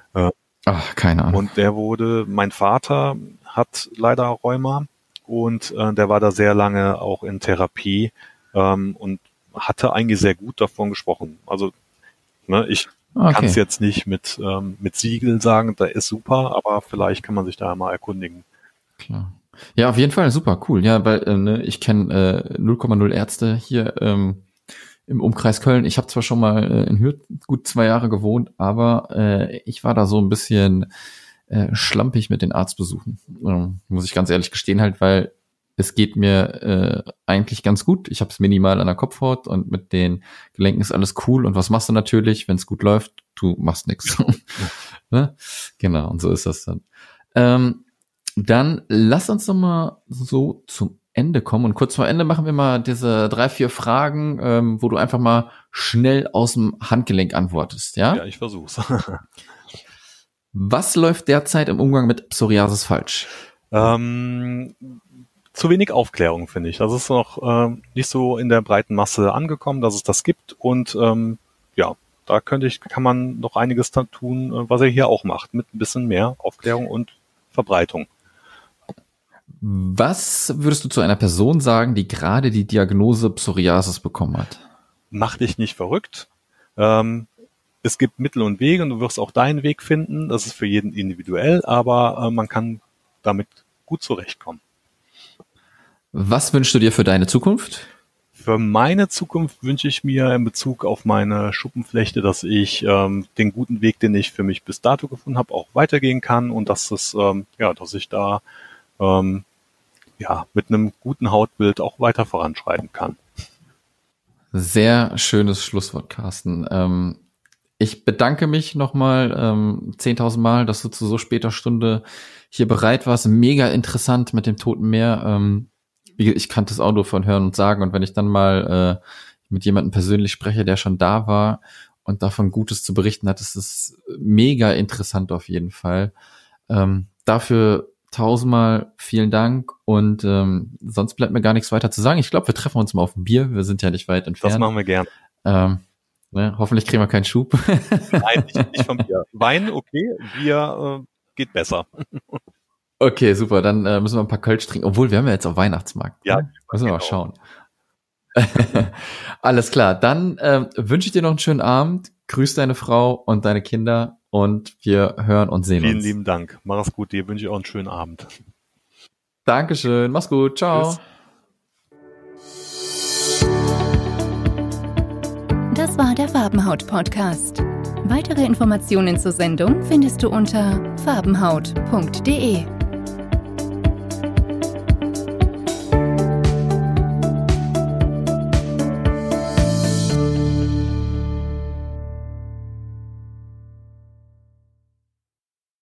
Keine Ahnung. Und mein Vater hat leider Rheuma und der war da sehr lange auch in Therapie und hatte eigentlich sehr gut davon gesprochen. Also ich kann es jetzt nicht mit Siegel sagen, da ist super, aber vielleicht kann man sich da mal erkundigen. Klar. Ja, auf jeden Fall, super, cool. Ja, weil ich kenne 0,0 Ärzte hier im Umkreis Köln. Ich habe zwar schon mal in Hürth gut 2 Jahre gewohnt, aber ich war da so ein bisschen schlampig mit den Arztbesuchen. Muss ich ganz ehrlich gestehen halt, weil es geht mir eigentlich ganz gut. Ich habe es minimal an der Kopfhaut und mit den Gelenken ist alles cool. Und was machst du natürlich, wenn es gut läuft? du machst nichts. Ne? Genau, und so ist das dann. Dann lass uns noch mal so zum Ende kommen. Und kurz vor Ende machen wir mal diese 3-4 Fragen, wo du einfach mal schnell aus dem Handgelenk antwortest, ja? Ja, ich versuch's. Was läuft derzeit im Umgang mit Psoriasis falsch? Zu wenig Aufklärung, finde ich. Das ist noch nicht so in der breiten Masse angekommen, dass es das gibt. Und da kann man noch einiges tun, was er hier auch macht, mit ein bisschen mehr Aufklärung und Verbreitung. Was würdest du zu einer Person sagen, die gerade die Diagnose Psoriasis bekommen hat? Mach dich nicht verrückt. Es gibt Mittel und Wege und du wirst auch deinen Weg finden. Das ist für jeden individuell, aber man kann damit gut zurechtkommen. Was wünschst du dir für deine Zukunft? Für meine Zukunft wünsche ich mir in Bezug auf meine Schuppenflechte, dass ich den guten Weg, den ich für mich bis dato gefunden habe, auch weitergehen kann und dass dass ich da mit einem guten Hautbild auch weiter voranschreiten kann. Sehr schönes Schlusswort, Carsten. Ich bedanke mich nochmal 10.000 Mal, dass du zu so später Stunde hier bereit warst. Mega interessant mit dem Toten Meer. Ich kannte es auch nur von Hören und Sagen. Und wenn ich dann mal mit jemandem persönlich spreche, der schon da war und davon Gutes zu berichten hat, ist es mega interessant auf jeden Fall. Dafür 1000-mal vielen Dank und sonst bleibt mir gar nichts weiter zu sagen. Ich glaube, wir treffen uns mal auf ein Bier. Wir sind ja nicht weit entfernt. Das machen wir gern. Hoffentlich kriegen wir keinen Schub. Nein, nicht von Bier. Wein, okay, Bier geht besser. Okay, super, dann müssen wir ein paar Kölsch trinken. Obwohl, wir haben ja jetzt auch Weihnachtsmarkt. Ja, ne? Müssen wir mal schauen. Alles klar, dann wünsche ich dir noch einen schönen Abend. Grüß deine Frau und deine Kinder und wir hören und sehen uns. Vielen lieben Dank. Mach es gut, dir wünsche ich auch einen schönen Abend. Dankeschön, mach's gut, ciao. Tschüss. Das war der Farbenhaut-Podcast. Weitere Informationen zur Sendung findest du unter farbenhaut.de.